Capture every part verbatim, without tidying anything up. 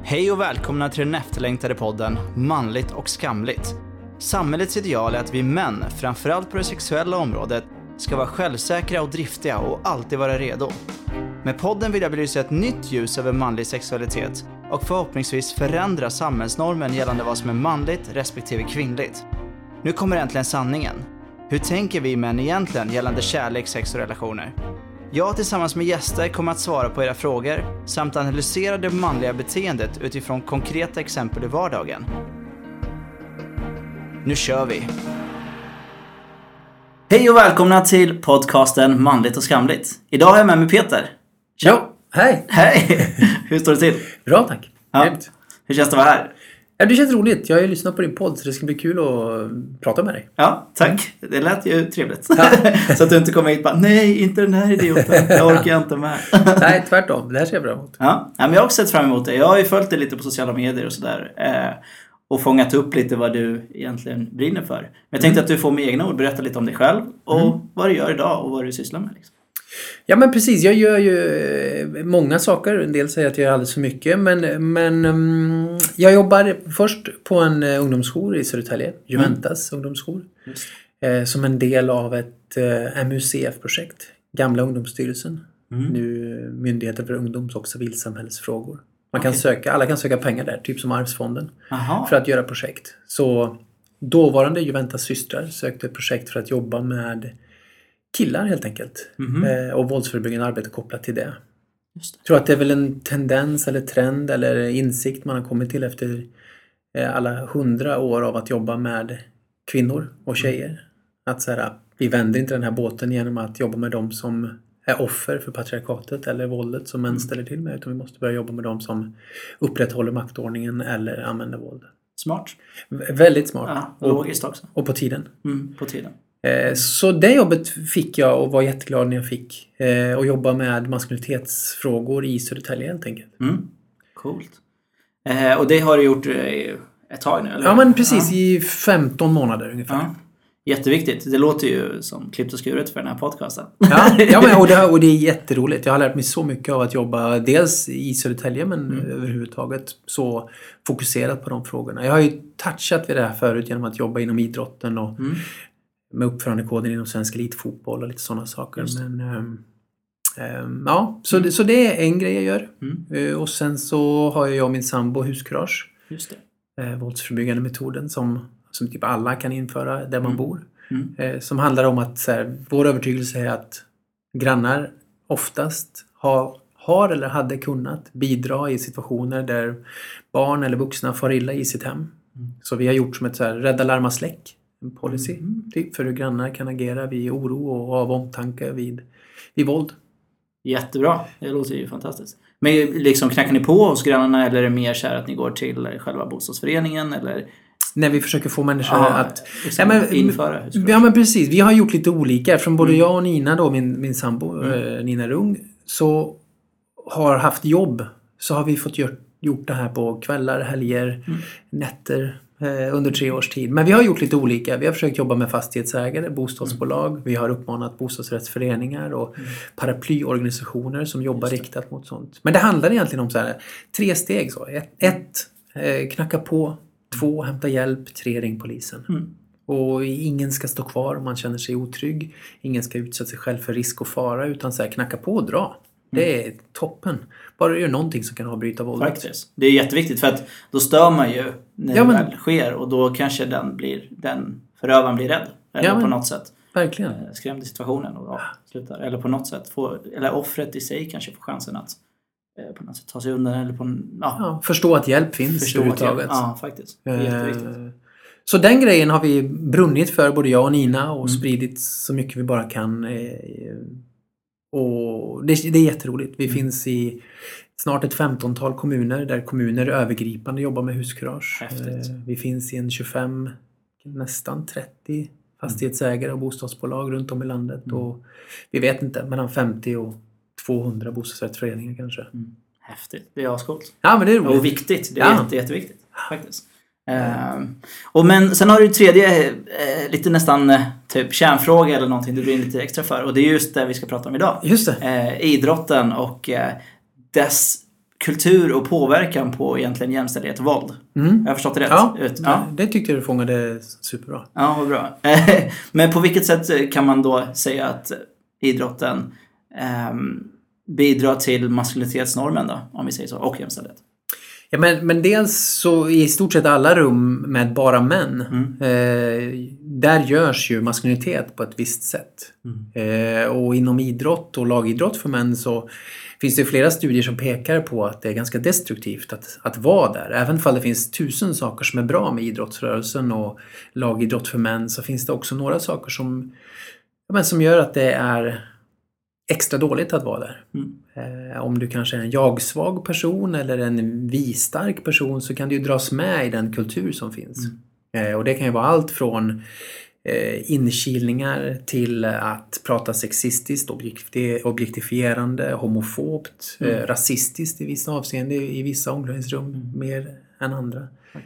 Hej och välkomna till den efterlängtade podden Manligt och skamligt. Samhällets ideal är att vi män, framförallt på det sexuella området, ska vara självsäkra och driftiga och alltid vara redo. Med podden vill jag belysa ett nytt ljus över manlig sexualitet och förhoppningsvis förändra samhällsnormen gällande vad som är manligt respektive kvinnligt. Nu kommer äntligen sanningen. Hur tänker vi män egentligen gällande kärlek, sex och relationer? Jag tillsammans med gäster kommer att svara på era frågor samt analysera det manliga beteendet utifrån konkreta exempel i vardagen. Nu kör vi! Hej och välkomna till podcasten Manligt och skamligt. Idag har jag med mig Peter. Ja, hej! Hej! Hur står det till? Bra, tack. Ja. Hur känns det att vara här? Ja, det känns roligt. Jag har ju lyssnat på din podd så det ska bli kul att prata med dig. Ja, tack. Det lät ju trevligt. Ja. Så att du inte kommer hit och bara, nej, inte den här idioten. Jag orkar inte med. Nej, tvärtom. Det här ser jag bra emot. Ja, men jag har också sett fram emot det. Jag har ju följt dig lite på sociala medier och sådär. Eh, och fångat upp lite vad du egentligen brinner för. Men jag tänkte mm. att du får med egna ord berätta lite om dig själv. Och mm. vad du gör idag och vad du sysslar med. Liksom. Ja, men precis. Jag gör ju många saker. En del säger att jag gör alldeles för mycket. Men, men um, jag jobbar först på en uh, ungdomsjour i Södertälje. Juventas mm. ungdomsjour. Uh, som en del av ett uh, M U C F-projekt. Gamla ungdomsstyrelsen. Mm. Nu Myndigheten för ungdoms- och civilsamhällsfrågor. Man kan okay. söka, alla kan söka pengar där, typ som Arvsfonden. Aha. För att göra projekt. Så dåvarande Juventas systrar sökte ett projekt för att jobba med killar helt enkelt. Mm-hmm. Och våldsförebyggande arbete kopplat till det. Just det. Jag tror att det är väl en tendens eller trend eller insikt man har kommit till efter alla hundra år av att jobba med kvinnor och tjejer. Mm. Att så här, vi vänder inte den här båten genom att jobba med dem som är offer för patriarkatet eller våldet som män mm. ställer till med. Utan vi måste börja jobba med dem som upprätthåller maktordningen eller använder våld. Smart. V- väldigt smart. Ja, logiskt också. Och på tiden. Mm, på tiden. Så det jobbet fick jag och var jätteglad när jag fick. Och jobba med maskulinitetsfrågor i Södertälje helt enkelt. Mm. Coolt. Eh, och det har du gjort ett tag nu, eller? Ja, men precis. Ja. I femton månader ungefär. Ja. Jätteviktigt. Det låter ju som klippt och skuret för den här podcasten. Ja, ja men, och, det, och det är jätteroligt. Jag har lärt mig så mycket av att jobba dels i Södertälje men mm. överhuvudtaget så fokuserat på de frågorna. Jag har ju touchat vid det här förut genom att jobba inom idrotten och mm. med uppförandekoden inom svensk elitfotboll och lite sådana saker. Men um, um, ja, så, mm. det, så det är en grej jag gör. Mm. Uh, och sen så har jag och min sambo huskurage. Just det. Uh, våldsförebyggande metoden som, som typ alla kan införa där man mm. bor. Mm. Uh, som handlar om att så här, vår övertygelse är att grannar oftast har, har eller hade kunnat bidra i situationer där barn eller vuxna far illa i sitt hem. Mm. Så vi har gjort som ett så här, rädda larma släck. En policy mm. typ för hur grannar kan agera vid oro och av omtanke vid, vid våld. Jättebra, det låter ju fantastiskt. Men liksom knackar ni på hos grannarna eller är det mer så här att ni går till själva bostadsföreningen eller? När vi försöker få människor ja, att liksom ja, men, införa. Ja men precis, vi har gjort lite olika. Från både mm. jag och Nina då, min, min sambo mm. Nina Rung, så har haft jobb. Så har vi fått gjort, gjort det här på kvällar, helger, mm. nätter. Under tre års tid. Men vi har gjort lite olika. Vi har försökt jobba med fastighetsägare, bostadsbolag. Mm. Vi har uppmanat bostadsrättsföreningar och mm. paraplyorganisationer som jobbar riktat mot sånt. Men det handlar egentligen om så här, tre steg. Så. Ett, ett eh, knacka på. Två, hämta hjälp. Tre, ring polisen. Mm. Och ingen ska stå kvar om man känner sig otrygg. Ingen ska utsätta sig själv för risk och fara. Utan så här, knacka på och dra. Det är toppen. Bara gör någonting som kan avbryta våldet. Faktiskt. Det är jätteviktigt för att då stör man ju när ja, men, det väl sker och då kanske den blir den förövaren blir rädd eller ja, men, på något sätt. Verkligen. Skrämd i situationen och ja, slutar eller på något sätt få eller offret i sig kanske får chansen att eh, på något sätt ta sig undan eller på ja, ja förstå att hjälp finns förstå överhuvudtaget. Ja, faktiskt. Det är jätteviktigt. Så den grejen har vi brunnit för både jag och Nina och mm. spridit så mycket vi bara kan. Eh, Och det, det är jätteroligt. Vi mm. finns i snart ett femtontal kommuner där kommuner övergripande jobbar med huskurage. Häftigt. Vi finns i en tjugofem, nästan trettio fastighetsägare och bostadsbolag runt om i landet. Mm. Och vi vet inte, mellan femtio och tvåhundra bostadsrättsföreningar kanske. Mm. Häftigt, det är ascoolt. Ja, men det är roligt. Och viktigt, det är ja. jätte, jätteviktigt faktiskt. Uh, och men sen har du tredje uh, lite nästan uh, typ kärnfråga eller någonting du blir lite extra för och det är just det vi ska prata om idag. Just det. Uh, idrotten och uh, dess kultur och påverkan på egentligen jämställdhet och våld. Mm. Jag har förstått det rätt? Ja, Ut. ja. det tyckte jag du fångade superbra. Ja, vad bra. Men på vilket sätt kan man då säga att idrotten eh, bidrar till maskulinitetsnormen då, om vi säger så, och jämställdhet? Ja, men, men dels så i stort sett alla rum med bara män, Mm. eh, där görs ju maskulinitet på ett visst sätt. Mm. Eh, och inom idrott och lagidrott för män så finns det flera studier som pekar på att det är ganska destruktivt att, att vara där. Även om det finns tusen saker som är bra med idrottsrörelsen och lagidrott för män, så finns det också några saker som, ja, men som gör att det är extra dåligt att vara där. Mm. Eh, om du kanske är en jagsvag person eller en vi-stark person, så kan du ju dras med i den kultur som finns. Mm. Eh, och det kan ju vara allt från eh, inkilningar till att prata sexistiskt, objekti- objektifierande, homofobt, mm. eh, rasistiskt i vissa avseenden, i vissa omklädningsrum mm. mer än andra.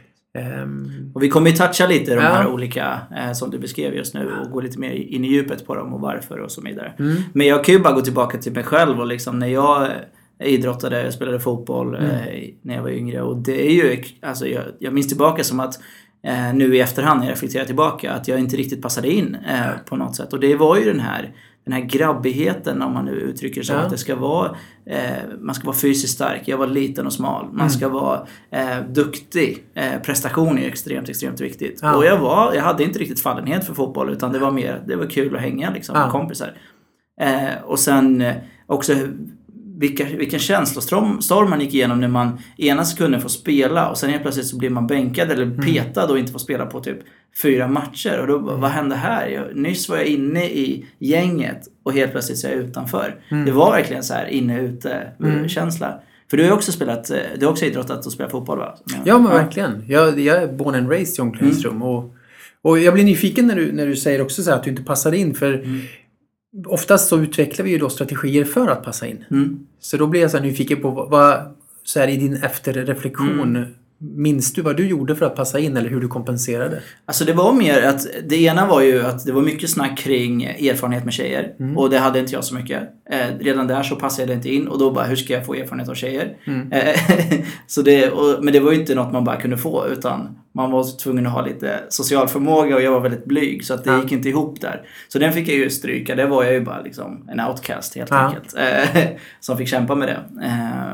Um, och vi kommer ju toucha lite de här ja. olika eh, som du beskrev just nu och gå lite mer in i djupet på dem och varför och så vidare. Mm. Men jag kan ju bara gå tillbaka till mig själv och liksom när jag idrottade, jag spelade fotboll mm. eh, när jag var yngre, och det är ju, alltså jag, jag minns tillbaka som att eh, nu i efterhand när jag reflekterar tillbaka att jag inte riktigt passade in eh, på något sätt, och det var ju den här den här grabbigheten, om man nu uttrycker så, ja. att det ska vara eh, man ska vara fysiskt stark, jag var liten och smal, man mm. ska vara eh, duktig, eh, prestation är extremt, extremt viktigt, ja. och jag var, jag hade inte riktigt fallenhet för fotboll, utan det var mer, det var kul att hänga liksom ja. med kompisar, eh, och sen eh, också vilka, vilken känslostorm man gick igenom när man ena sekunden får spela och sen helt plötsligt så blir man bänkad eller petad mm. och inte får spela på typ fyra matcher. Och då, vad hände här? Jag, nyss var jag inne i gänget och helt plötsligt så är jag utanför. Mm. Det var verkligen så här inne-ute-känsla. Mm. För du har också spelat, du har också idrottat och spelat fotboll, va? Ja, ja men verkligen. Jag, jag är born and raised i omklädningsrum. Mm. Och, och jag blir nyfiken när du, när du säger också så här att du inte passar in, för mm. oftast så utvecklar vi ju då strategier för att passa in. Mm. Så då blir jag så här nyfiken på vad, så här i din efterreflektion, mm. minns du vad du gjorde för att passa in eller hur du kompenserade? Alltså det var mer att, det ena var ju att det var mycket snack kring erfarenhet med tjejer. Mm. Och det hade inte jag så mycket. Eh, redan där så passade jag inte in. Och då bara, hur ska jag få erfarenhet av tjejer? Mm. Eh, så det, och, men det var ju inte något man bara kunde få, utan man var tvungen att ha lite social förmåga, och jag var väldigt blyg, så att det ja. gick inte ihop där. Så den fick jag ju stryka. Det var jag ju bara liksom en outcast helt ja. enkelt. Eh, som fick kämpa med det. Eh,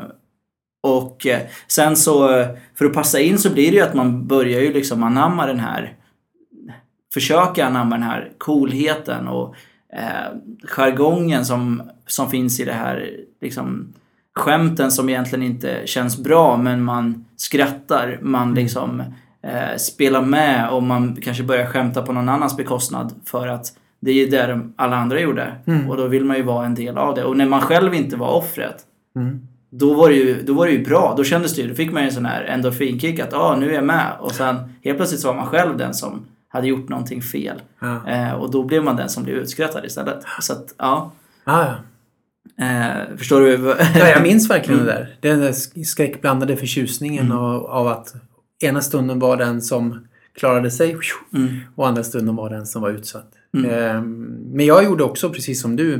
och sen så, för att passa in så blir det ju att man börjar ju liksom anamma den här, försöka anamma den här coolheten och eh, jargongen som, som finns i det här liksom skämten som egentligen inte känns bra, men man skrattar, man liksom eh, spelar med, och man kanske börjar skämta på någon annans bekostnad för att det är ju där alla andra gjorde. Mm. Och då vill man ju vara en del av det. Och när man själv inte var offret, mm. då, var det ju, då var det ju bra. Då kändes det ju, då fick man ju en sån här endorfinkick att ah, nu är jag med. Och sen helt plötsligt så var man själv den som hade gjort någonting fel. Ja. Eh, och då blev man den som blev utskrattad istället. Så att, ja. Ah, ja. Eh, förstår du? Ja, jag minns verkligen mm. det där. Den där skräckblandade förtjusningen mm. av, av att ena stunden var den som klarade sig mm. och andra stunden var den som var utsatt. Mm. Eh, men jag gjorde också, precis som du,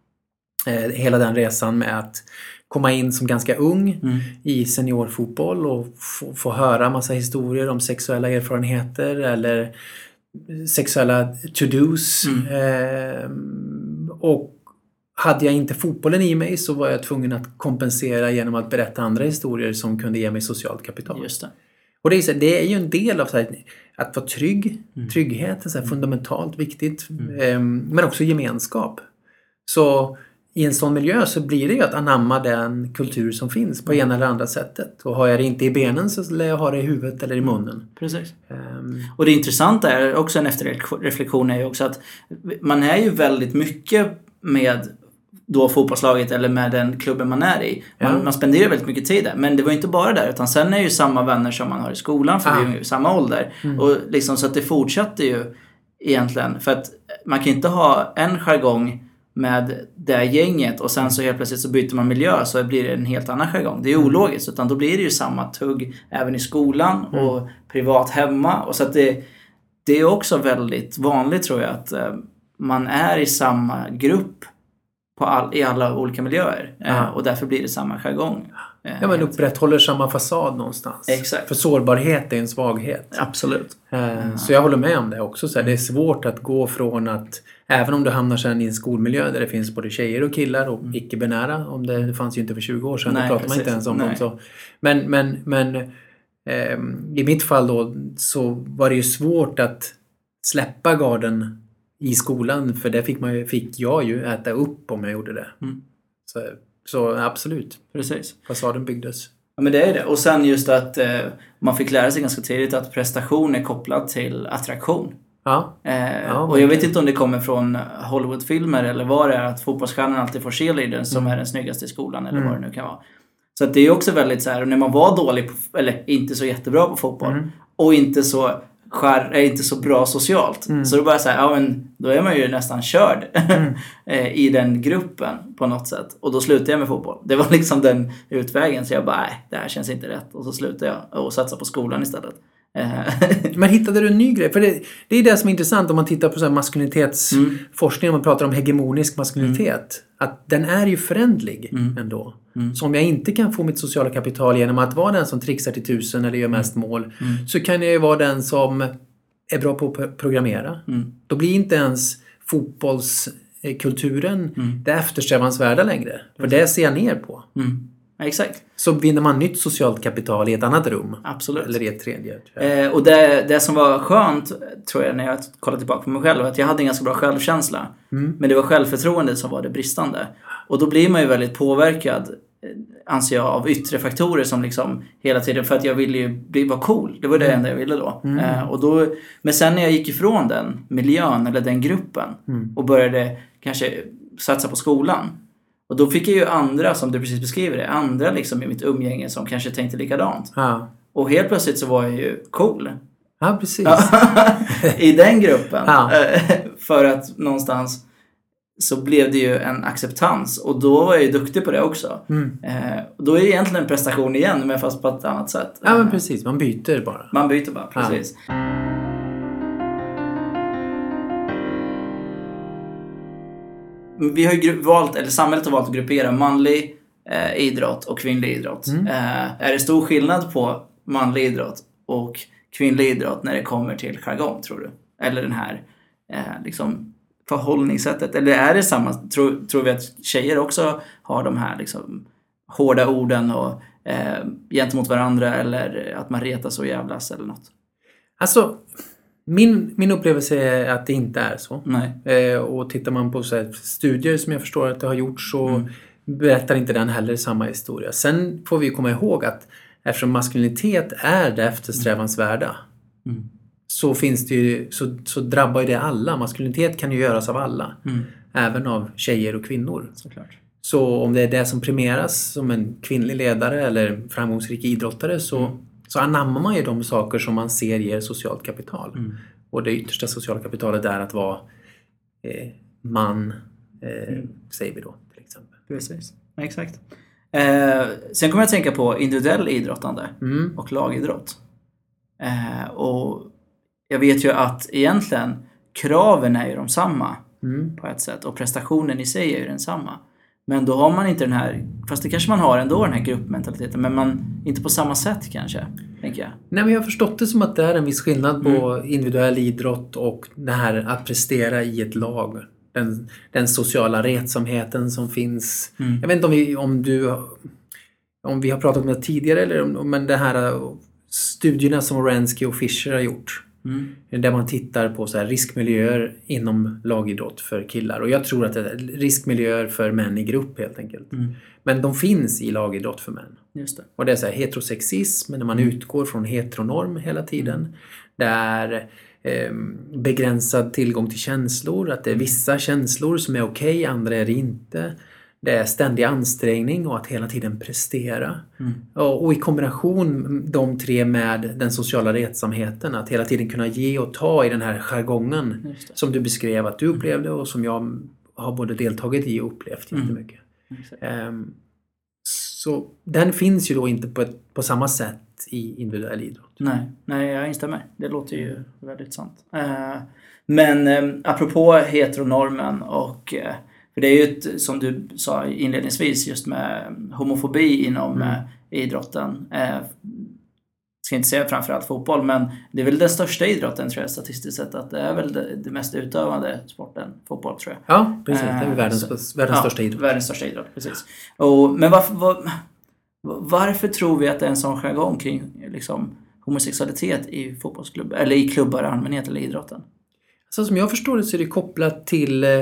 eh, hela den resan med att komma in som ganska ung mm. i seniorfotboll och få, få höra massa historier om sexuella erfarenheter eller sexuella to-dos. Mm. Eh, och hade jag inte fotbollen i mig så var jag tvungen att kompensera genom att berätta andra historier som kunde ge mig socialt kapital. Just det. Och det är, så, det är ju en del av så här, att vara trygg. Mm. Trygghet är så här, fundamentalt viktigt. Mm. Eh, men också gemenskap. Så i en sån miljö så blir det ju att anamma den kultur som finns på ena eller andra sättet. Och har jag det inte i benen så lär jag ha det i huvudet eller i munnen. Precis. Um, och det intressanta är också en efterreflektion är ju också att man är ju väldigt mycket med då fotbollslaget eller med den klubben man är i. Man, ja. man spenderar väldigt mycket tid där. Men det var inte bara där, utan sen är ju samma vänner som man har i skolan, för ah. vi är ju i samma ålder. Mm. Och liksom, så att det fortsätter ju egentligen. För att man kan inte ha en jargong med det gänget och sen så helt plötsligt så byter man miljö, så blir det en helt annan jargong. Det är mm. ologiskt, utan då blir det ju samma tugg även i skolan mm. och privat hemma. Och så att det, det är också väldigt vanligt, tror jag, att uh, man är i samma grupp på all, i alla olika miljöer. Mm. Uh, och därför blir det samma jargong. Ja, men upprätthåller samma fasad någonstans. Exakt. För sårbarhet är en svaghet. Absolut. Mm. Så jag håller med om det också. Så här, det är svårt att gå från att, även om du hamnar sen i en skolmiljö där det finns både tjejer och killar och mm. icke-binära, om det, det fanns ju inte för tjugo år sedan, nej, det pratar man inte ens om. dem så. Men, men, men eh, i mitt fall då så var det ju svårt att släppa garden i skolan, för det fick, man ju, fick jag ju äta upp om jag gjorde det. Mm. Så, så absolut. Precis. Fasaden byggdes. Ja, men det är det. Och sen just att eh, man fick lära sig ganska tidigt att prestation är kopplad till attraktion. Ja. Eh, ja och jag vet inte om det kommer från Hollywoodfilmer eller vad det är, att fotbollsstjärnan alltid får cheerleadern som mm. är den snyggaste i skolan eller mm. vad det nu kan vara. Så att det är också väldigt så här, när man var dålig på, eller inte så jättebra på fotboll mm. och inte så skär, är inte så bra socialt. Mm. Så då bara så här, ja men då är man ju nästan körd mm. i den gruppen på något sätt. Och då slutade jag med fotboll. Det var liksom den utvägen, så jag bara, nej, det här känns inte rätt. Och så slutade jag och satsa på skolan istället. Men hittade du en ny grej? För det, det är det som är intressant om man tittar på så här maskulinitetsforskning, mm. om man pratar om hegemonisk maskulinitet. Mm. Att den är ju förändlig mm. ändå. Mm. Så om jag inte kan få mitt sociala kapital genom att vara den som trixar till tusen eller gör mest mål, mm. så kan jag ju vara den som är bra på att programmera. Mm. Då blir inte ens fotbollskulturen mm. det eftersträvansvärda längre. För mm. det ser jag ner på. Mm. Ja, exakt. Så vinner man nytt socialt kapital i ett annat rum. Absolut. Eller i ett tredje. Eh, och det, det som var skönt, tror jag, när jag kollade tillbaka på mig själv, att jag hade en ganska bra självkänsla. Mm. Men det var självförtroendet som var det bristande. Och då blir man ju väldigt påverkad, anser jag, av yttre faktorer som liksom hela tiden, för att jag ville ju bli, vara cool. Det var det enda jag ville då. Mm. Eh, och då. Men sen när jag gick ifrån den miljön eller den gruppen mm. och började kanske satsa på skolan, och då fick jag ju andra, som du precis beskriver det, andra liksom i mitt umgänge som kanske tänkte likadant. Ja. Och helt plötsligt så var jag ju cool. Ja, precis. I den gruppen. Ja. För att någonstans så blev det ju en acceptans. Och då var jag ju duktig på det också. Mm. Och då är det egentligen en prestation igen, men fast på ett annat sätt. Ja, men precis. Man byter bara. Man byter bara, precis. Ja. Vi har ju valt, eller samhället har valt att gruppera manlig eh, idrott och kvinnlig idrott. Mm. Eh, är det stor skillnad på manlig idrott och kvinnlig idrott när det kommer till jargong, tror du? Eller den här eh, liksom förhållningssättet? Eller är det samma? Tror, tror vi att tjejer också har de här liksom hårda orden och eh, gentemot varandra, eller att man retar så jävlas eller något? Alltså... Min, min upplevelse är att det inte är så. Nej. Eh, och tittar man på så här studier som jag förstår att det har gjorts, så mm. berättar inte den heller samma historia. Sen får vi komma ihåg att eftersom maskulinitet är det eftersträvansvärda mm. så finns det ju, så, så drabbar ju det alla. Maskulinitet kan ju göras av alla. Mm. Även av tjejer och kvinnor. Såklart. Så om det är det som premieras som en kvinnlig ledare eller framgångsrik idrottare, så mm. så anammar man ju de saker som man ser ger socialt kapital. Mm. Och det yttersta sociala kapitalet är att vara eh, man, eh, mm. säger vi då till exempel. Precis, ja, exakt. Eh, sen kommer jag att tänka på individuell idrottande mm. och lagidrott. Eh, och jag vet ju att egentligen kraven är ju de samma mm. på ett sätt. Och prestationen i sig är ju den samma. Men då har man inte den här, fast det kanske man har ändå, den här gruppmentaliteten, men man inte på samma sätt kanske, tänker jag. Nej, men jag har förstått det som att det är en viss skillnad på mm. individuell idrott och det här att prestera i ett lag. Den, den sociala retsamheten som finns. Mm. Jag vet inte om vi, om du, om vi har pratat om det tidigare, eller om, men det här studierna som Oransky och Fisher har gjort. Mm. Där man tittar på så här riskmiljöer inom lagidrott för killar. Och jag tror att det är riskmiljöer för män i grupp helt enkelt. Mm. Men de finns i lagidrott för män. Just det. Och det är så här heterosexism, när man mm. utgår från heteronorm hela tiden. Mm. Det är eh, begränsad tillgång till känslor. Att det är vissa känslor som är okej, andra är det inte. Det är ständig ansträngning och att hela tiden prestera. Mm. Och, och i kombination de tre med den sociala retsamheten. Att hela tiden kunna ge och ta i den här jargongen. Som du beskrev att du upplevde och som jag har både deltagit i och upplevt jättemycket. Mm. Um, så den finns ju då inte på, ett, på samma sätt i individuell idrott. Nej, nej, jag instämmer. Det låter ju väldigt sant. Uh, men um, apropå heteronormen och... Uh, För det är ju ett, som du sa inledningsvis, just med homofobi inom mm. idrotten. Eh, ska inte säga framförallt fotboll, men det är väl den största idrotten tror jag statistiskt sett, att det är väl det, det mest utövande sporten, fotboll tror jag. Ja, precis. Det är världens, så, världens ja, största idrott. Världens största idrott, precis. Och, men varför, var, varför tror vi att det är en sån jargong kring liksom, homosexualitet i fotbollsklubbar, eller i klubbar i allmänhet eller i idrotten? Så som jag förstår det så är det kopplat till eh,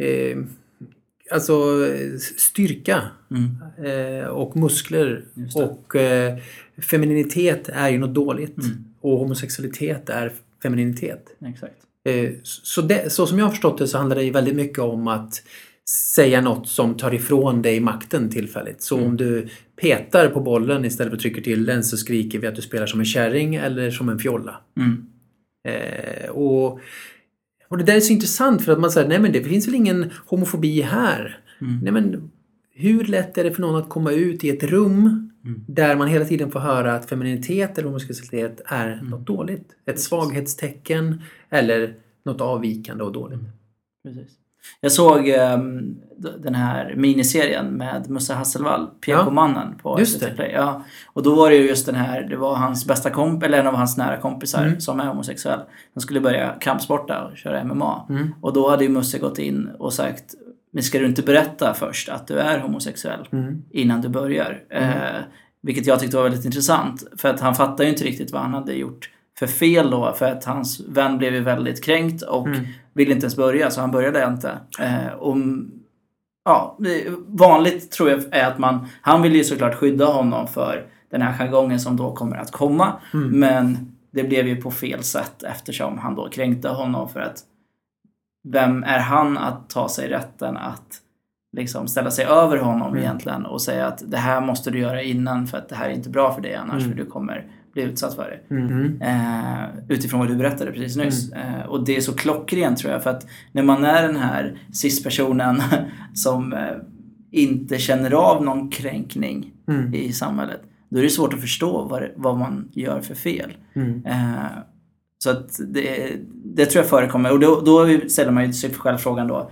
alltså styrka mm. eh, och muskler och eh, femininitet är ju något dåligt mm. och homosexualitet är femininitet. Exakt. Eh, så, det, så som jag har förstått det så handlar det ju väldigt mycket om att säga något som tar ifrån dig makten tillfälligt. Så mm. om du petar på bollen istället för att trycka till den så skriker vi att du spelar som en kärring eller som en fjolla. Mm. Eh, och Och det där är så intressant för att man säger nej men det finns väl ingen homofobi här. Mm. Nej men hur lätt är det för någon att komma ut i ett rum mm. där man hela tiden får höra att femininitet eller homosexualitet är mm. något dåligt. Ett Precis. svaghetstecken eller något avvikande och dåligt. Mm. Precis. Jag såg um, den här miniserien med Musse Hasselvall, P K-mannen på just det. Play. Ja. Och då var det ju just den här, det var hans bästa kompis, eller en av hans nära kompisar mm. som är homosexuell. Han skulle börja kampsporta och köra M M A. Mm. Och då hade ju Musse gått in och sagt, men ska du inte berätta först att du är homosexuell mm. innan du börjar? Mm. Eh, vilket jag tyckte var väldigt intressant. För att han fattade ju inte riktigt vad han hade gjort för fel då, för att hans vän blev ju väldigt kränkt och mm. ville inte ens börja, så han började inte. Eh, och, ja, vanligt tror jag är att man, han vill ju såklart skydda honom för den här jargongen som då kommer att komma, mm. men det blev ju på fel sätt eftersom han då kränkte honom, för att vem är han att ta sig rätten att liksom ställa sig över honom mm. egentligen och säga att det här måste du göra innan för att det här är inte bra för dig annars mm. för du kommer bli utsatt för det. Mm. Eh, utifrån vad du berättade precis nyss. Mm. Eh, och det är så klockrent tror jag, för att när man är den här cis-personen som eh, inte känner av någon kränkning mm. i samhället, då är det svårt att förstå vad, det, vad man gör för fel. Mm. Eh, så att det, det tror jag förekommer. Och då, då ställer man ju sig själv frågan då,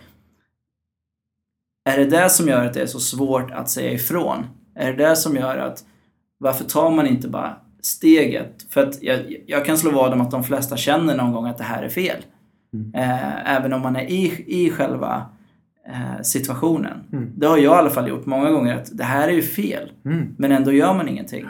är det det som gör att det är så svårt att säga ifrån? Är det det som gör att varför tar man inte bara steget? För att jag, jag kan slå vad om att de flesta känner någon gång att det här är fel. Mm. Eh, även om man är i, i själva eh, situationen. Mm. Det har jag i alla fall gjort många gånger, att det här är ju fel. Mm. Men ändå gör man ingenting.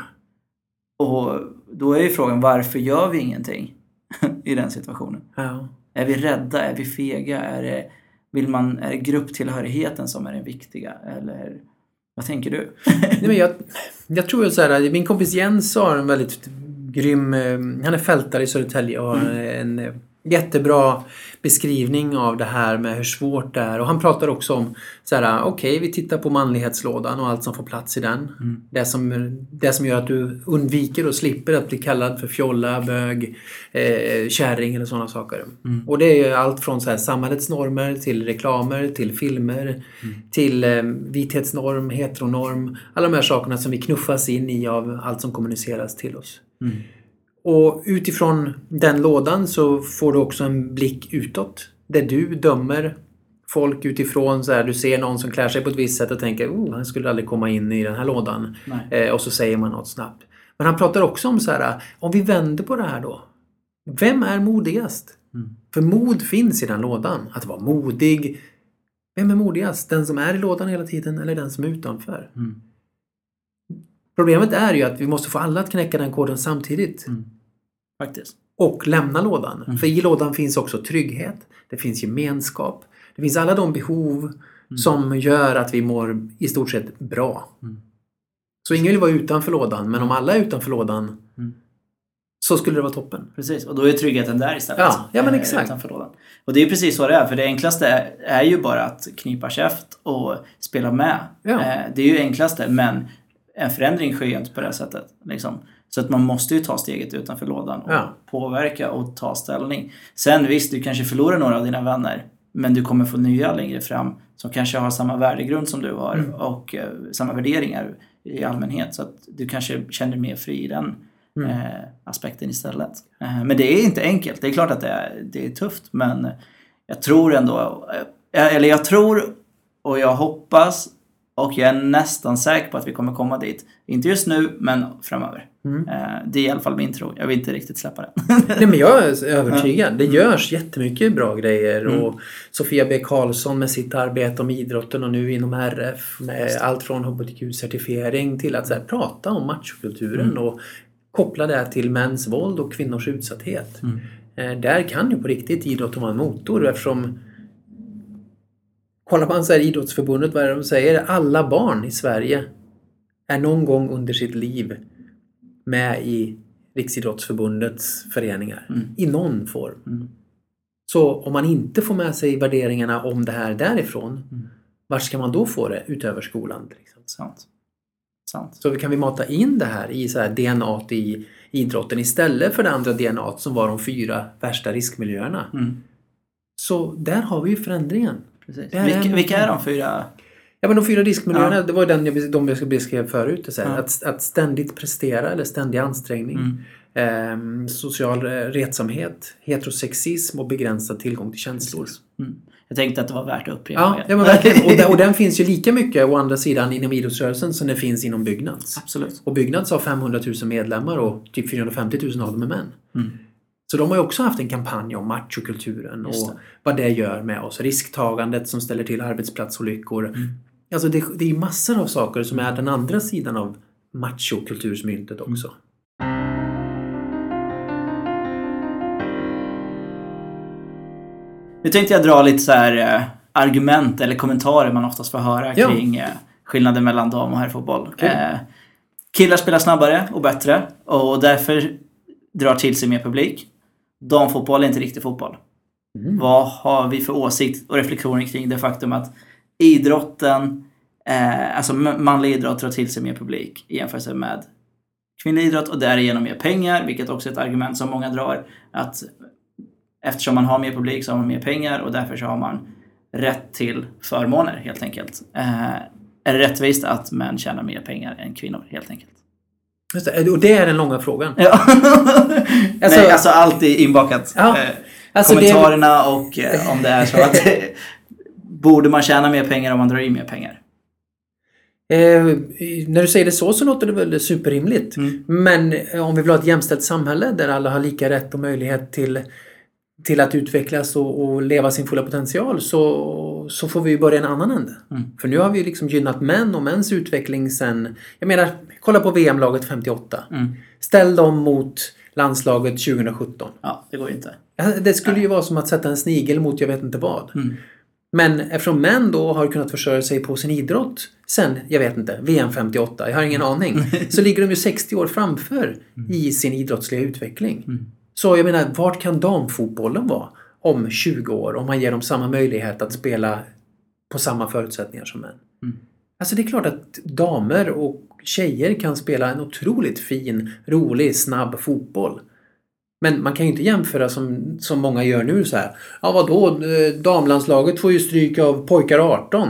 Och då är ju frågan, varför gör vi ingenting i den situationen? Ja. Är vi rädda? Är vi fega? Är det... Vill man, är det grupptillhörigheten som är den viktiga? Eller vad tänker du? Nej, men jag, jag tror så här, min kompis Jens har en väldigt grym, han är fältare i Södertälje och har mm. en jättebra beskrivning av det här med hur svårt det är. Och han pratar också om så här, okej, okay, vi tittar på manlighetslådan och allt som får plats i den. Mm. Det, som, det som gör att du undviker och slipper att bli kallad för fjolla, bög, eh, kärring eller sådana saker. Mm. Och det är allt från så här, samhällets normer till reklamer, till filmer, mm. till eh, vithetsnorm, heteronorm. Alla de här sakerna som vi knuffas in i av allt som kommuniceras till oss. Mm. Och utifrån den lådan så får du också en blick utåt. Där du dömer folk utifrån så här, du ser någon som klär sig på ett visst sätt och tänker, oh, han skulle aldrig komma in i den här lådan. Eh, och så säger man något snabbt. Men han pratar också om så här, om vi vänder på det här då. Vem är modigast? Mm. För mod finns i den lådan. Att vara modig. Vem är modigast? Den som är i lådan hela tiden eller den som är utanför? Mm. Problemet är ju att vi måste få alla att knäcka den koden samtidigt. Mm. Faktiskt. Och lämna lådan. Mm. För i lådan finns också trygghet. Det finns gemenskap. Det finns alla de behov mm. som gör att vi mår i stort sett bra. Mm. Så ingen vill vara utanför lådan. Men om alla är utanför lådan mm. så skulle det vara toppen. Precis, och då är tryggheten där istället. Ja, ja men exakt. Utanför lådan. Och det är precis vad det är. För det enklaste är, är ju bara att knipa käft och spela med. Ja. Det är ju enklaste, men en förändring sker ju inte på det sättet. Liksom. Så att man måste ju ta steget utanför lådan och ja. påverka och ta ställning. Sen visst, du kanske förlorar några av dina vänner, men du kommer få nya längre fram som kanske har samma värdegrund som du har mm. och uh, samma värderingar i allmänhet. Så att du kanske känner mer fri i den mm. uh, aspekten istället. Uh, men det är inte enkelt. Det är klart att det är, det är tufft, men jag tror ändå, uh, eller jag tror Och jag hoppas och jag är nästan säker på att vi kommer komma dit. Inte just nu, men framöver. Mm. Det är i alla fall min tro. Jag vill inte riktigt släppa det. Nej, men jag är övertygad. Det görs jättemycket bra grejer. Mm. Och Sofia B. Karlsson med sitt arbete om idrotten och nu inom R F med allt från H B T Q-certifiering till att så här, prata om machokulturen mm. och koppla det till mäns våld och kvinnors utsatthet. Mm. Där kan ju på riktigt idrotten vara en motor eftersom kolla på så här, idrottsförbundet, vad är det de säger? Alla barn i Sverige är någon gång under sitt liv med i Riksidrottsförbundets föreningar. Mm. I någon form. Mm. Så om man inte får med sig värderingarna om det här därifrån, mm. var ska man då få det utöver skolan? Liksom? Sant. Sant. Så kan vi mata in det här i så här D N A i idrotten istället för det andra D N A som var de fyra värsta riskmiljöerna. Mm. Så där har vi ju förändringen. Precis. Vilka, är vilka är de fyra? Ja, men de fyra riskmiljöerna, ja. Det var den jag, de jag beskrev förut. Så här, ja. att, att ständigt prestera eller ständig ansträngning. Mm. Eh, social retsamhet, heterosexism och begränsad tillgång till känslor. Mm. Jag tänkte att det var värt att upprepa. Ja, ja men verkligen. Och, den, och den finns ju lika mycket å andra sidan inom idrottsrörelsen som det finns inom Byggnads. Absolut. Och Byggnads har femhundratusen medlemmar och typ fyrahundrafemtiotusen av dem är män. Mm. Så de har ju också haft en kampanj om machokulturen och vad det gör med oss. Risktagandet som ställer till arbetsplatsolyckor. Mm. Alltså det, det är ju massor av saker som är den andra sidan av machokultursmyntet också. Nu tänkte jag dra lite så här eh, argument eller kommentarer man oftast får höra ja. kring eh, skillnaden mellan dam- och herrfotboll. Okay. Eh, killar spelar snabbare och bättre och därför drar till sig mer publik. Damfotboll är inte riktig fotboll. Mm. Vad har vi för åsikt och reflektioner kring det faktum att idrotten, eh, alltså manlig idrott drar till sig mer publik i jämförelse med kvinnlig idrott och därigenom mer pengar, vilket också är ett argument som många drar att eftersom man har mer publik så har man mer pengar och därför så har man rätt till förmåner helt enkelt. Eh, är det rättvist att män tjänar mer pengar än kvinnor helt enkelt? Just det, och det är den långa frågan. Ja. alltså, Nej, alltså allt är inbakat. Ja. Eh, alltså kommentarerna det... och eh, om det är så att borde man tjäna mer pengar om man drar in mer pengar? Eh, när du säger det så så låter det väl superrimligt. Mm. Men om vi vill ha ett jämställt samhälle där alla har lika rätt och möjlighet till, till att utvecklas och, och leva sin fulla potential så, så får vi ju börja en annan ände. Mm. För nu har vi liksom gynnat män och mäns utveckling sen, jag menar, kolla på V M-laget femtioåtta. Mm. Ställ dem mot landslaget tjugohundrasjutton. Ja, det går ju inte. Det skulle Nej. ju vara som att sätta en snigel mot jag vet inte vad. Mm. Men eftersom män då har kunnat försörja sig på sin idrott sen, jag vet inte, V M femtioåtta, jag har ingen aning, så ligger de ju sextio år framför mm. i sin idrottsliga utveckling. Mm. Så jag menar, vart kan damfotbollen vara om tjugo år om man ger dem samma möjlighet att spela på samma förutsättningar som män? Mm. Alltså det är klart att damer och tjejer kan spela en otroligt fin, rolig, snabb fotboll. Men man kan ju inte jämföra som, som många gör nu så här. Ja vadå, damlandslaget får ju stryk av pojkar arton.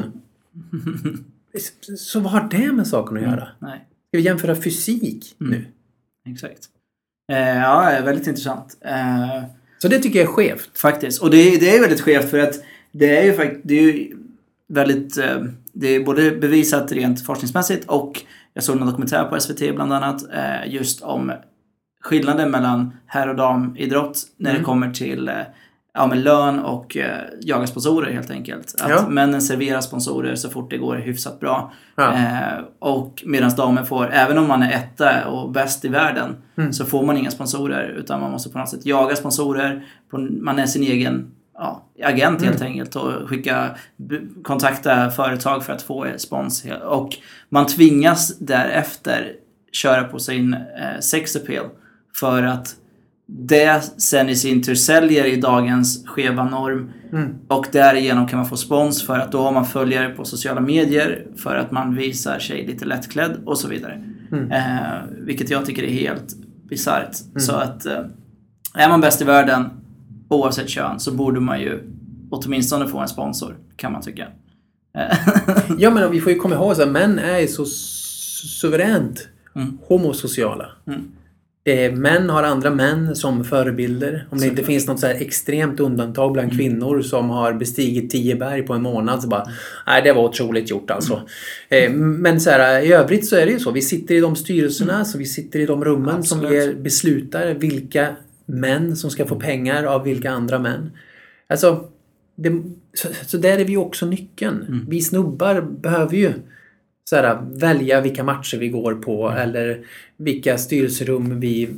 Så vad har det med saken att göra? Mm, nej. Ska vi jämföra fysik mm. nu? Exakt. Eh, ja, väldigt intressant. Eh, så det tycker jag är skevt. Faktiskt. Och det, det är väldigt skevt för att det är ju faktiskt det är ju väldigt eh, det är både bevisat rent forskningsmässigt och jag såg en dokumentär på S V T bland annat eh, just om skillnaden mellan herr- och damidrott när mm. det kommer till ja, med lön och eh, jaga sponsorer helt enkelt. Att ja. männen serverar sponsorer så fort det går hyfsat bra. Ja. Eh, och medan damen får, även om man är etta och bäst i världen mm. så får man inga sponsorer utan man måste på något sätt jaga sponsorer. På, man är sin egen ja, agent helt mm. enkelt och skicka, kontakta företag för att få spons. Och man tvingas därefter köra på sin eh, sex appeal för att det sen i sin tur säljer i dagens skeva norm mm. och därigenom kan man få spons för att då har man följare på sociala medier för att man visar sig lite lättklädd och så vidare. Mm. Eh, vilket jag tycker är helt bisarrt. Mm. Så att eh, är man bäst i världen oavsett kön så borde man ju åtminstone få en sponsor kan man tycka. Ja men vi får ju komma ihåg att män är så su- suveränt mm. homosociala. Mm. Det är, män har andra män som förebilder. Om det så inte klart. finns något så här extremt undantag bland mm. kvinnor som har bestigit tio berg på en månad så bara, mm. nej det var otroligt gjort alltså. Mm. Eh, men så här, i övrigt så är det ju så. Vi sitter i de styrelserna, mm. så vi sitter i de rummen Absolut. Som ger, beslutar vilka män som ska få pengar av vilka andra män. Alltså, det, så, så där är vi också nyckeln. Mm. Vi snubbar behöver ju så här, välja vilka matcher vi går på mm. eller vilka styrelserum vi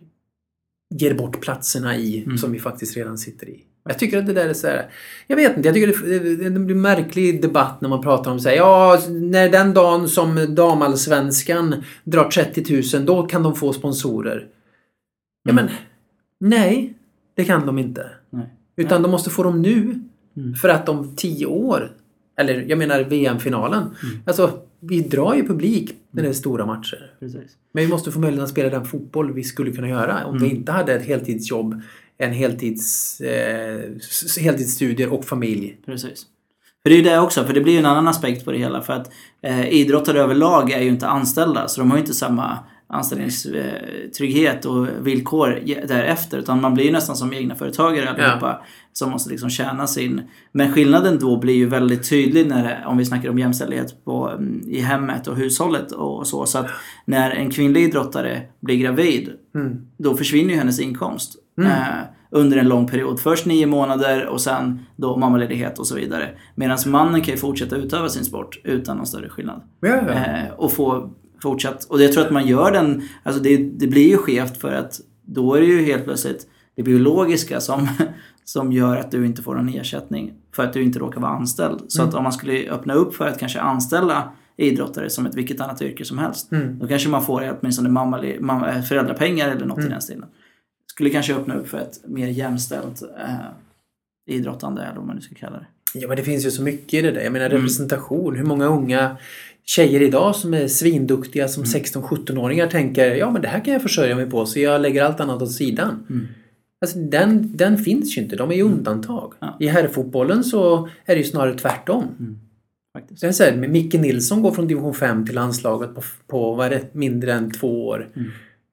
ger bort platserna i mm. som vi faktiskt redan sitter i. Jag tycker att det där är så här, jag vet inte, jag tycker det, det, det blir en märklig debatt när man pratar om så här, ja, när den dagen som damallsvenskan drar trettio tusen, då kan de få sponsorer. Mm. Ja men, nej, det kan de inte. Nej. Utan nej. De måste få dem nu mm. för att om tio år, eller jag menar V M-finalen, mm. alltså vi drar ju publik när det är stora matcher. Precis. Men vi måste få möjlighet att spela den fotboll vi skulle kunna göra om mm. vi inte hade ett heltidsjobb, en heltids, eh, heltidsstudier och familj. Precis. För det är ju det också, för det blir ju en annan aspekt på det hela. För att eh, idrottare överlag är ju inte anställda, så de har ju inte samma anställningstrygghet och villkor därefter, utan man blir ju nästan som egna företagare allihopa ja. Som måste liksom tjäna sin. Men skillnaden då blir ju väldigt tydlig när det, om vi snackar om jämställdhet på, i hemmet och hushållet och så, så att när en kvinnlig idrottare blir gravid mm. då försvinner ju hennes inkomst mm. eh, under en lång period, först nio månader och sen då mammaledighet och så vidare, medan mannen kan ju fortsätta utöva sin sport utan någon större skillnad ja, ja. Eh, och få fortsatt. Och jag tror att man gör den, alltså det, det blir ju skevt för att då är det ju helt plötsligt det biologiska som, som gör att du inte får någon ersättning för att du inte råkar vara anställd. Så mm. att om man skulle öppna upp för att kanske anställa idrottare som ett vilket annat yrke som helst, mm. då kanske man får åtminstone mamma, mamma, föräldrapengar eller något mm. i den stilen. Skulle kanske öppna upp för ett mer jämställt eh, idrottande eller vad man nu ska kalla det. Ja, men det finns ju så mycket i det där. Jag menar representation. Mm. Hur många unga tjejer idag som är svinduktiga som mm. sexton-sjutton-åringar tänker, ja men det här kan jag försörja mig på så jag lägger allt annat åt sidan. Mm. Alltså den, den finns ju inte, de är ju undantag. Ja. I herrfotbollen så är det ju snarare tvärtom. Mm. Faktiskt. Så jag säger, med Micke Nilsson går från division fem till landslaget på, på vad är det, mindre än två år. Mm.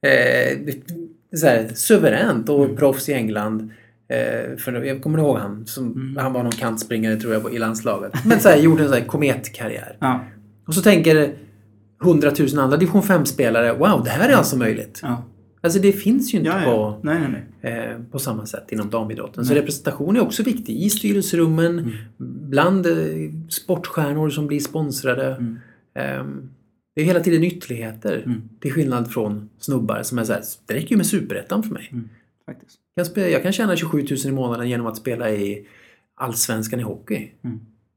Eh, så här, suveränt och mm. proffs i England. Eh, för jag kommer ihåg han, som, mm. han var någon kantspringare tror jag i landslaget. Men så här, gjorde en sån här kometkarriär. Ja. Och så tänker hundratusen andra division fem-spelare, wow, det här är alltså möjligt. Ja. Alltså det finns ju inte ja, ja. På, nej, nej, nej. Eh, på samma sätt inom damidrotten. Nej. Så representation är också viktig i styrelserummen, mm. bland eh, sportstjärnor som blir sponsrade. Mm. Eh, det är hela tiden ytterligheter. Mm. Till skillnad från snubbar som är så här, det räcker ju med superettan för mig. Mm. Faktiskt. Jag, spela, jag kan tjäna tjugosju tusen i månaden genom att spela i allsvenskan i hockey. Mm.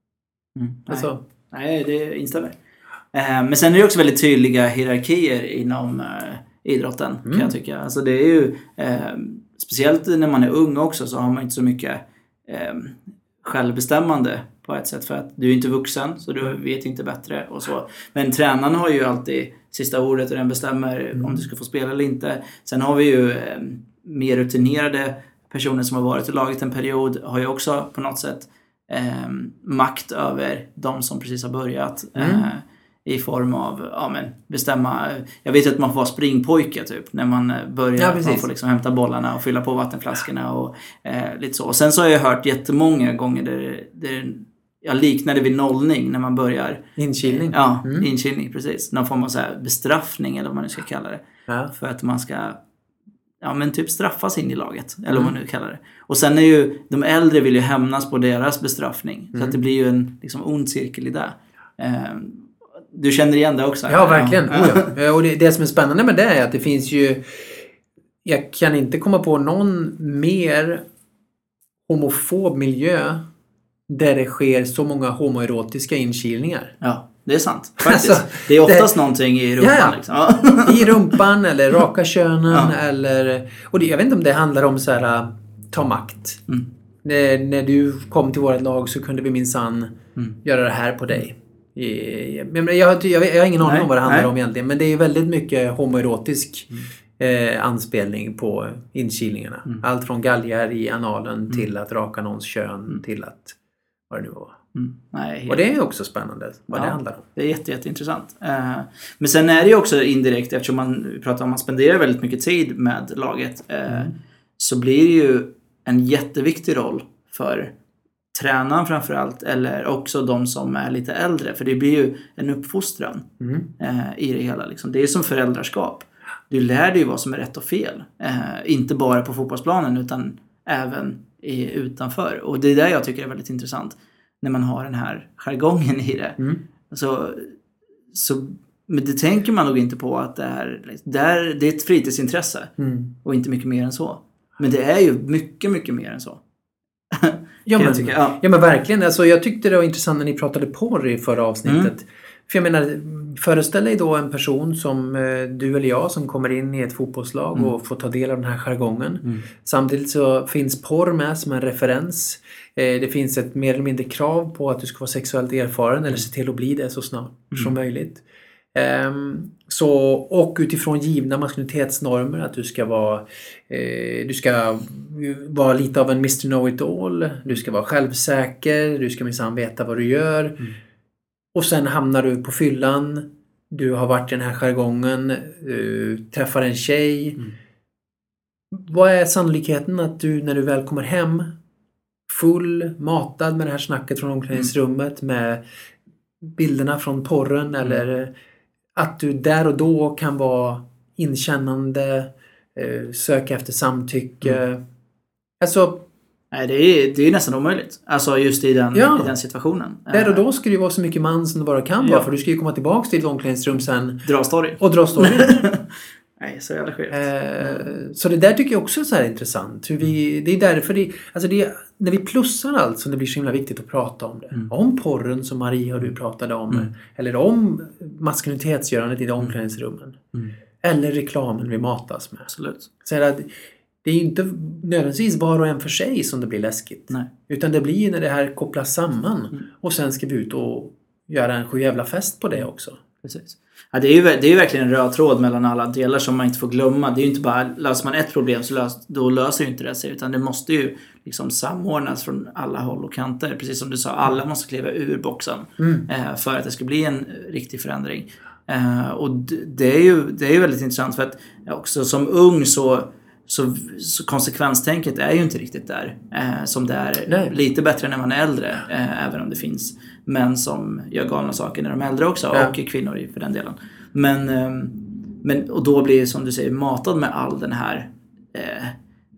Mm. Alltså, nej, det instämmer. Eh, men sen är det också väldigt tydliga hierarkier inom eh, idrotten mm. kan jag tycka. Alltså det är ju eh, speciellt när man är ung också så har man inte så mycket eh, självbestämmande på ett sätt för att du är inte vuxen så du vet inte bättre och så. Men tränaren har ju alltid sista ordet och den bestämmer mm. om du ska få spela eller inte. Sen har vi ju eh, mer rutinerade personer som har varit i laget en period har ju också på något sätt eh, makt över de som precis har börjat mm. eh, i form av ja, men, bestämma. Jag vet att man får vara springpojke typ när man börjar. Ja, man får liksom hämta bollarna och fylla på vattenflaskorna och eh, lite så. Och sen så har jag hört jättemånga gånger där, där jag liknade vid nollning när man börjar. Inkilning. Ja, mm. inkilning precis. Någon form av så här bestraffning eller vad man nu ska kalla det. Ja. För att man ska ja men typ straffas in i laget eller mm. vad man nu kallar det. Och sen är ju de äldre vill ju hämnas på deras bestraffning. Mm. Så att det blir ju en liksom ond cirkel i det. Eh, Du känner igen det också? Ja, verkligen. Ja. Oh, ja. Och det, det som är spännande med det är att det finns ju... Jag kan inte komma på någon mer homofob miljö där det sker så många homoerotiska inkilningar. Ja, det är sant. Faktiskt. Alltså, det är oftast det, någonting i rumpan. Ja, liksom. Ja. I rumpan eller raka könen. Ja. Eller, och det, jag vet inte om det handlar om så här, ta makt. Mm. När, när du kom till vårt lag så kunde vi minsann mm. göra det här på dig. Jag, jag, jag, jag har ingen aning nej, om vad det handlar nej. om egentligen. Men det är väldigt mycket homoerotisk mm. eh, anspelning på inkilningarna. Mm. Allt från galgar i analen mm. till att raka någons kön mm. till att vad det nu var. Mm. Nej, helt... Och det är också spännande vad ja, det handlar om. Det är jätte, jätteintressant. Uh, men sen är det ju också indirekt, eftersom man pratar om att man spenderar väldigt mycket tid med laget, uh, mm. så blir det ju en jätteviktig roll för tränaren framförallt, eller också de som är lite äldre. För det blir ju en uppfostran mm. uh, i det hela. Liksom. Det är som föräldraskap. Du lär dig ju vad som är rätt och fel. Uh, inte bara på fotbollsplanen utan även i, utanför. Och det är det jag tycker är väldigt intressant. När man har den här jargongen i det. Mm. Så, så, men det tänker man nog inte på att det är, det är, det är ett fritidsintresse. Mm. Och inte mycket mer än så. Men det är ju mycket, mycket mer än så. ja, men, tycka, ja. ja men verkligen. Alltså, jag tyckte det var intressant när ni pratade porr i förra avsnittet. Mm. För jag menar, föreställ dig då en person som eh, du eller jag som kommer in i ett fotbollslag mm. och får ta del av den här jargongen. Mm. Samtidigt så finns porr med som en referens. Eh, det finns ett mer eller mindre krav på att du ska vara sexuellt erfaren mm. eller se till att bli det så snart mm. som möjligt. Eh, så, och utifrån givna maskulinitetsnormer att du ska vara eh, du ska vara lite av en mister Know-it-all. Du ska vara självsäker. Du ska minsann veta vad du gör. Mm. Och sen hamnar du på fyllan. Du har varit i den här jargongen. Du träffar en tjej. Mm. Vad är sannolikheten att du när du väl kommer hem full, matad med det här snacket från omklädningsrummet mm. med bilderna från porren mm. eller att du där och då kan vara inkännande, söka efter samtycke. Mm. Alltså Nej, det är, det är nästan omöjligt. Alltså just i den, ja. i den situationen. Där och då ska det vara så mycket man som det bara kan vara. Ja. För du ska ju komma tillbaka till ett omklädningsrum sen. Dra story. Och dra story. Nej, så jävla skevt. Eh, så det där tycker jag också är så här intressant. Hur vi, det är därför det, alltså det, när vi plussar allt så det blir så himla viktigt att prata om det. Mm. Om porren som Maria och du pratade om. Mm. Eller om maskulinitetsgörandet i de omklädningsrummen. Mm. Eller reklamen vi matas med. Absolut. Så är det, det är ju inte nödvändigtvis var och en för sig som det blir läskigt. Nej. Utan det blir när det här kopplas samman. Mm. Och sen ska vi ut och göra en sjujävla fest på det också. Precis. Ja, det är ju det är ju verkligen en röd tråd mellan alla delar som man inte får glömma. Det är ju inte bara, löser man ett problem så lös, då löser ju inte det sig. Utan det måste ju liksom samordnas från alla håll och kanter. Precis som du sa, alla måste kliva ur boxen. Mm. eh, för att det ska bli en riktig förändring. Eh, och det är ju det är ju väldigt intressant för att också som ung så Så, så konsekvenstänket är ju inte riktigt där. Eh, som det är Nej. lite bättre när man är äldre. Eh, även om det finns män som gör galna saker när de är äldre också. Ja. Och kvinnor för den delen. Men, eh, men, och då blir det som du säger matad med all den här eh,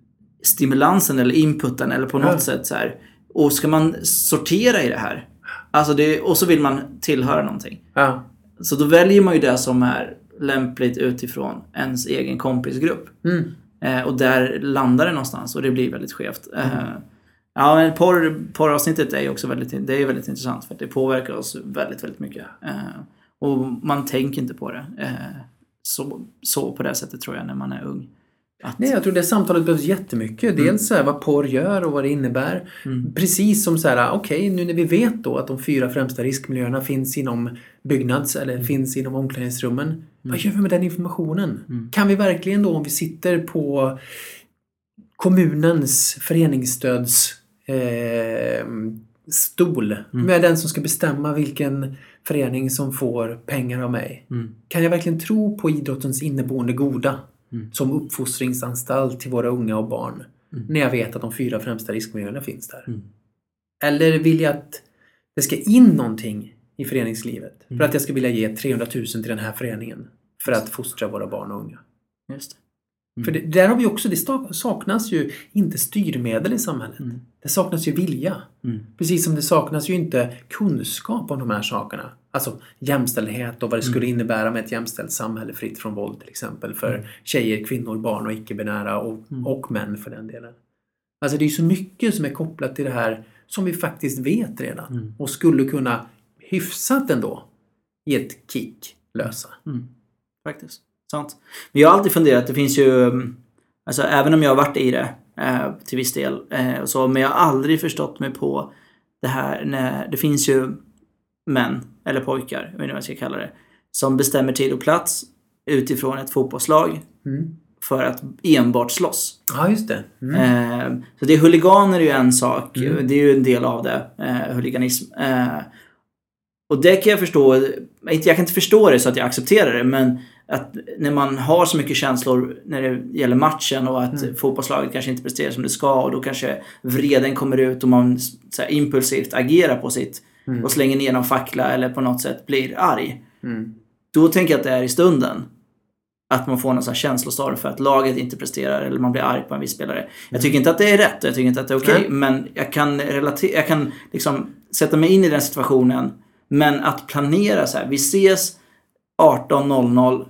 stimulansen eller inputen. Eller på något ja. sätt så här. Och ska man sortera i det här. Alltså det, och så vill man tillhöra någonting. Ja. Så då väljer man ju det som är lämpligt utifrån ens egen kompisgrupp. Mm. Eh, och där landar det någonstans och det blir väldigt skevt. Mm. Eh, ja, men porr, porravsnittet är ju också väldigt, det är väldigt intressant för att det påverkar oss väldigt, väldigt mycket. Eh, och man tänker inte på det eh, så, så på det sättet tror jag när man är ung. Att... Nej, jag tror det samtalet behövs jättemycket. Mm. Dels så här, vad porr gör och vad det innebär. Mm. Precis som så här, okej, okay, nu när vi vet då att de fyra främsta riskmiljöerna finns inom byggnads eller mm. finns inom omklädningsrummen. Mm. Vad gör vi med den informationen? Mm. Kan vi verkligen då, om vi sitter på kommunens föreningsstöds eh, stol mm. med den som ska bestämma vilken förening som får pengar av mig. Mm. Kan jag verkligen tro på idrottens inneboende goda? Mm. Som uppfostringsanstalt till våra unga och barn. Mm. När jag vet att de fyra främsta riskmiljöerna finns där. Mm. Eller vill jag att det ska in någonting i föreningslivet. Mm. För att jag ska vilja ge trehundratusen till den här föreningen. För att fostra våra barn och unga. Just det. Mm. För det, där har vi också, det saknas ju inte styrmedel i samhället. Mm. Det saknas ju vilja. Mm. Precis som det saknas ju inte kunskap om de här sakerna. Alltså jämställdhet och vad det skulle mm. innebära med ett jämställt samhälle fritt från våld till exempel. För mm. tjejer, kvinnor, barn och icke-binära och, mm. och män för den delen. Alltså det är ju så mycket som är kopplat till det här som vi faktiskt vet redan. Mm. Och skulle kunna hyfsat ändå i ett kick lösa. Mm. Faktiskt. Sant. Men jag har alltid funderat, det finns ju, alltså även om jag har varit i det eh, till viss del, eh, och så, men jag har aldrig förstått mig på det här, när det finns ju män, eller pojkar, jag vet inte vad jag ska kalla det, som bestämmer tid och plats utifrån ett fotbollslag. Mm. för att enbart slåss. Ja, just det. Mm. Eh, så det är huliganer är ju en sak. Mm. Det är ju en del av det. Eh, huliganism. Eh, och det kan jag förstå. Jag kan inte förstå det så att jag accepterar det. Men att när man har så mycket känslor när det gäller matchen och att mm. fotbollslaget kanske inte presterar som det ska. Och då kanske vreden kommer ut och man så här, impulsivt agerar på sitt. Mm. Och slänger ner någon fackla eller på något sätt blir arg. Mm. Då tänker jag att det är i stunden. Att man får någon sån här känslostorm för att laget inte presterar eller man blir arg på en viss spelare. Mm. Jag tycker inte att det är rätt och jag tycker inte att det är okej. Okay, men jag kan, relatera, jag kan liksom sätta mig in i den situationen. Men att planera så här. Vi ses arton noll noll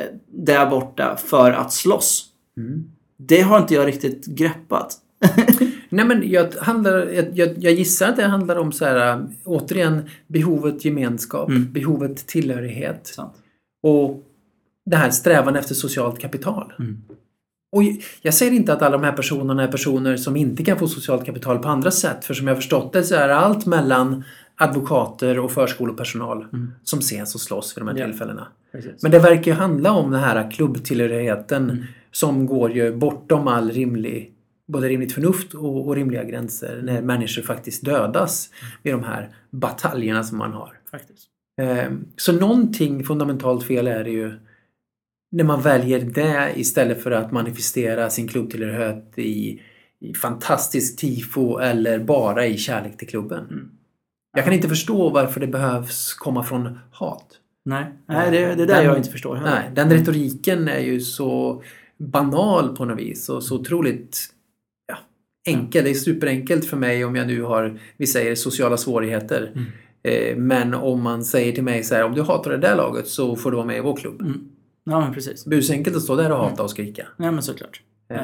där borta för att slåss. Mm. Det har inte jag riktigt greppat. Nej, men jag, handlar, jag, jag, jag gissar att det handlar om så här, återigen behovet gemenskap, mm. behovet tillhörighet. Sant. Och det här strävan efter socialt kapital. Mm. Och jag säger inte att alla de här personerna är personer som inte kan få socialt kapital på andra sätt. För som jag har förstått det så är det allt mellan advokater och förskolepersonal mm. som ses och slåss vid de här ja. tillfällena. Precis. Men det verkar ju handla om den här klubbtillhörigheten mm. som går ju bortom all rimlig, både rimligt förnuft och, och rimliga gränser mm. när människor faktiskt dödas mm. vid de här bataljerna som man har. Faktiskt. Eh, så någonting fundamentalt fel är det ju när man väljer det istället för att manifestera sin klubbtillhörighet i, i fantastisk tifo eller bara i kärlek till klubben. Mm. Jag kan inte förstå varför det behövs komma från hat. Nej, nej det, det är där den, jag inte förstår. Heller. Nej, den retoriken är ju så banal på något vis och så otroligt ja, enkel. Det är superenkelt för mig om jag nu har, vi säger, sociala svårigheter. Mm. Eh, men om man säger till mig så här, om du hatar det där laget så får du vara med i vår klubb. Mm. Ja, men precis. Busenkelt att stå där och hata mm. och skrika. Ja, men såklart. Mm.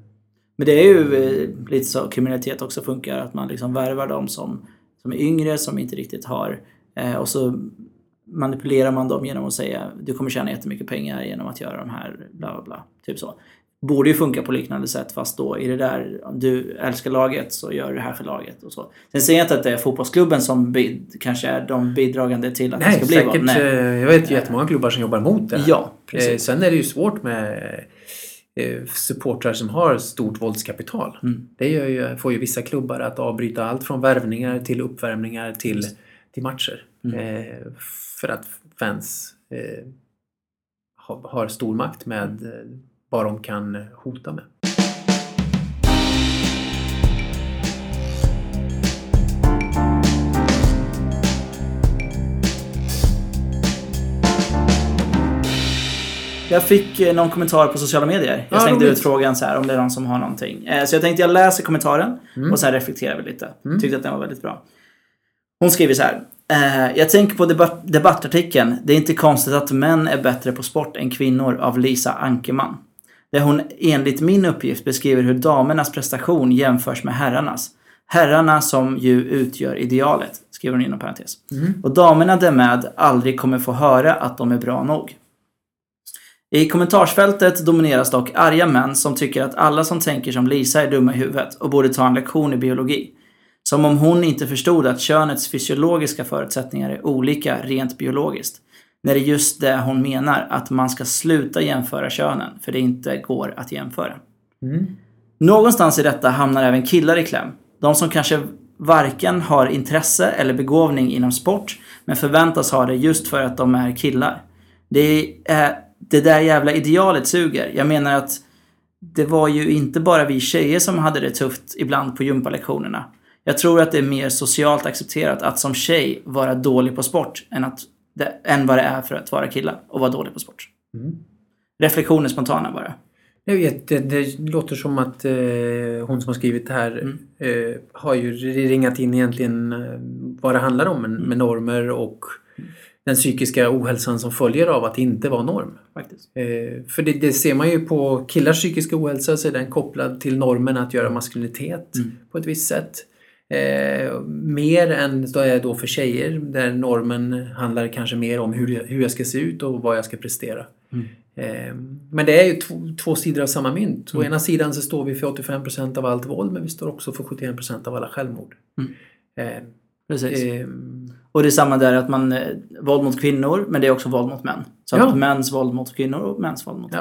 Men det är ju eh, lite så kriminalitet också funkar. Att man liksom värvar dem som, som är yngre, som inte riktigt har. Eh, och så manipulerar man dem genom att säga du kommer tjäna jättemycket pengar genom att göra de här bla bla bla. Typ så. Borde ju funka på liknande sätt, fast då i det där, om du älskar laget så gör du det här för laget och så. Sen säger jag inte att det är fotbollsklubben som bid, kanske är de bidragande till att Nej, det ska bli säkert, Nej, jag vet ju jättemånga klubbar som jobbar mot det. Ja, precis. Sen är det ju svårt med supportrar som har stort våldskapital. Mm. Det gör ju, får ju vissa klubbar att avbryta allt från värvningar till uppvärmningar till, till matcher. Mm. Eh, för att fans eh, har, har stor makt med eh, vad de kan hota med. Jag fick någon kommentar på sociala medier. Jag slängde ja, ut frågan så här om det är någon som har någonting. Så jag tänkte jag läser kommentaren mm. och sen reflekterar vi lite. Mm. Tyckte att den var väldigt bra. Hon skriver så här. Jag tänker på debatt- debattartikeln. Det är inte konstigt att män är bättre på sport än kvinnor av Lisa Ankerman. Där hon enligt min uppgift beskriver hur damernas prestation jämförs med herrarnas. Herrarna som ju utgör idealet, skriver hon inom parentes. Mm. Och damerna därmed aldrig kommer få höra att de är bra nog. I kommentarsfältet domineras dock arga män som tycker att alla som tänker som Lisa är dumma i huvudet och borde ta en lektion i biologi. Som om hon inte förstod att könets fysiologiska förutsättningar är olika rent biologiskt. När det är just det hon menar, att man ska sluta jämföra könen för det inte går att jämföra. Mm. Någonstans i detta hamnar även killar i kläm. De som kanske varken har intresse eller begåvning inom sport men förväntas ha det just för att de är killar. Det är det där jävla idealet suger. Jag menar att det var ju inte bara vi tjejer som hade det tufft ibland på gympalektionerna. Jag tror att det är mer socialt accepterat att som tjej vara dålig på sport än, att det, än vad det är för att vara kille och vara dålig på sport. Mm. Reflektioner spontana bara. Jag vet, det, det låter som att eh, hon som har skrivit det här mm. eh, har ju ringat in egentligen eh, vad det handlar om med, mm. med normer och mm. den psykiska ohälsan som följer av att inte vara norm. Faktiskt. Eh, för det, det ser man ju på killars psykiska ohälsa, så är den kopplad till normen att göra maskulinitet mm. på ett visst sätt. Eh, mer än då är då för tjejer, där normen handlar kanske mer om hur, hur jag ska se ut och vad jag ska prestera. Mm. Eh, men det är ju två, två sidor av samma mynt. Mm. Å ena sidan så står vi för åttiofem procent av allt våld, men vi står också för sjuttioen procent av alla självmord. Mm. Eh, Precis. Eh, och det är samma där att man eh, våld mot kvinnor, men det är också våld mot män. Så ja. Att mäns våld mot kvinnor och mäns våld mot ja. män.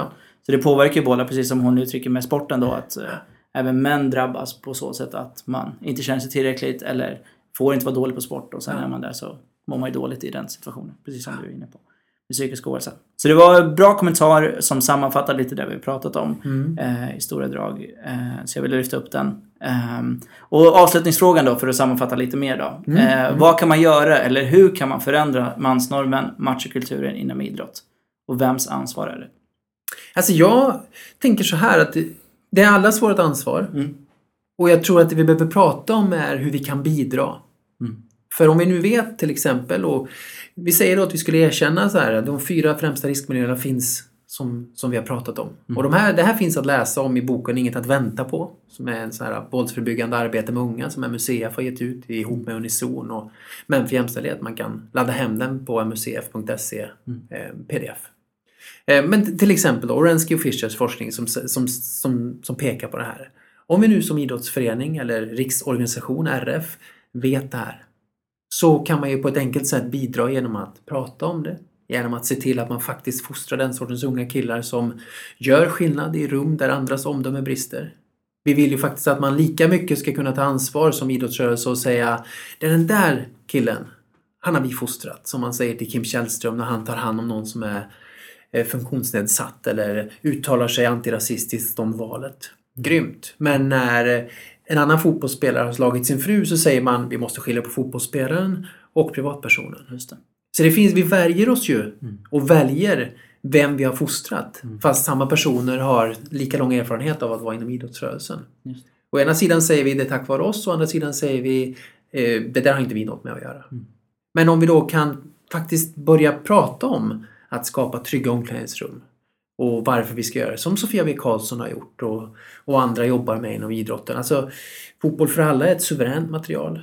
Så det påverkar ju båda, precis som hon uttrycker med sporten då, att eh, även män drabbas på så sätt att man inte känner sig tillräckligt eller får inte vara dålig på sport, och sen ja. är man där så mår man ju dåligt i den situationen, precis som du är inne på. Psykisk ohälsa. Så det var en bra kommentar som sammanfattar lite det vi pratat om mm. eh, i stora drag. Eh, så jag vill lyfta upp den. Eh, och avslutningsfrågan då, för att sammanfatta lite mer då. Mm. Eh, mm. Vad kan man göra, eller hur kan man förändra mansnormen, machokulturen inom idrott? Och vems ansvar är det? Alltså jag tänker så här att det, det är allas vårt ansvar. Mm. Och jag tror att det vi behöver prata om är hur vi kan bidra. Mm. För om vi nu vet till exempel, och vi säger då att vi skulle erkänna så här, att de fyra främsta riskmiljöerna finns som, som vi har pratat om. Mm. Och de här, det här finns att läsa om i boken Inget att vänta på, som är en så här våldsförebyggande arbete med unga som M U C F har gett ut ihop med Unison och Män för jämställdhet. Man kan ladda hem den på m u c f punkt se mm. eh, pdf. Eh, men till exempel då, Orensky och Fischers forskning som, som, som, som pekar på det här. Om vi nu som idrottsförening eller riksorganisation R F vet det här, så kan man ju på ett enkelt sätt bidra genom att prata om det. Genom att se till att man faktiskt fostrar den sortens unga killar som gör skillnad i rum där andras omdöme brister. Vi vill ju faktiskt att man lika mycket ska kunna ta ansvar som idrottsrörelse och säga, det är den där killen, han har vi fostrat. Som man säger till Kim Källström när han tar hand om någon som är funktionsnedsatt eller uttalar sig antirasistiskt om valet. Grymt. Men när en annan fotbollsspelare har slagit sin fru så säger man, vi måste skilja på fotbollsspelaren och privatpersonen. Just det. Så det finns, vi väljer oss ju mm. och väljer vem vi har fostrat. Mm. Fast samma personer har lika lång erfarenhet av att vara inom idrottsrörelsen. Just det. Å ena sidan säger vi det tack vare oss, och å andra sidan säger vi eh, det där har inte vi något med att göra. Mm. Men om vi då kan faktiskt börja prata om att skapa trygga omklädningsrum och varför vi ska göra det, som Sofia W. Karlsson har gjort och, och andra jobbar med inom idrotten. Alltså, fotboll för alla är ett suveränt material.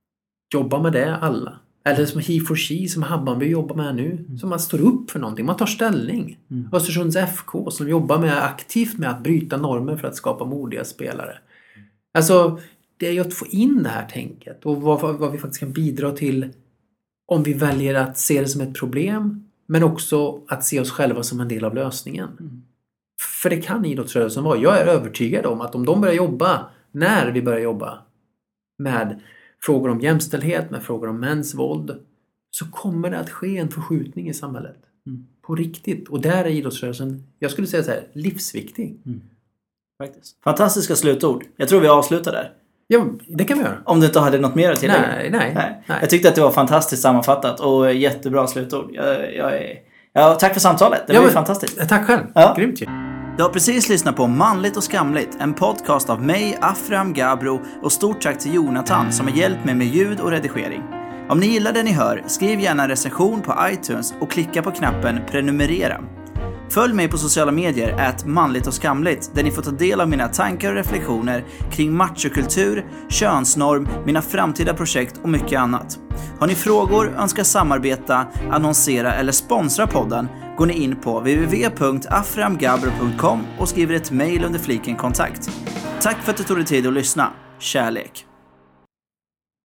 Jobba med det alla. Eller som He for She som Hammarby jobbar med nu. Mm. Som man står upp för någonting. Man tar ställning. Mm. Östersunds F K som jobbar med, aktivt med att bryta normer för att skapa modiga spelare. Mm. Alltså, det är ju att få in det här tänket. Och vad, vad vi faktiskt kan bidra till om vi väljer att se det som ett problem. Men också att se oss själva som en del av lösningen. Mm. För det kan idrottsrörelsen vara. Jag är övertygad om att om de börjar jobba, när vi börjar jobba med frågor om jämställdhet, med frågor om mäns våld, så kommer det att ske en förskjutning i samhället. Mm. På riktigt. Och där är idrottsrörelsen, jag skulle säga så här, livsviktig. Mm. Faktiskt. Fantastiska slutord. Jag tror vi avslutar där. Ja, det kan vi göra. Om du inte hade något mer att tillägga. Nej, nej, nej. Jag tyckte att det var fantastiskt sammanfattat och jättebra slutord. Jag, jag är... ja, tack för samtalet. Det ja, var men, fantastiskt. Tack själv. Ja. Grymt ju. Du har precis lyssnat på Manligt och skamligt, en podcast av mig, Afram Gabro, och stort tack till Jonathan som har hjälpt mig med ljud och redigering. Om ni gillar det ni hör, skriv gärna en recension på iTunes och klicka på knappen prenumerera. Följ mig på sociala medier at manligt och skamligt, där ni får ta del av mina tankar och reflektioner kring machokultur, könsnorm, mina framtida projekt och mycket annat. Har ni frågor, önskar samarbeta, annonsera eller sponsra podden, går ni in på w w w punkt aframgabro punkt com och skriver ett mejl under fliken kontakt. Tack för att du tog dig tid att lyssna. Kärlek!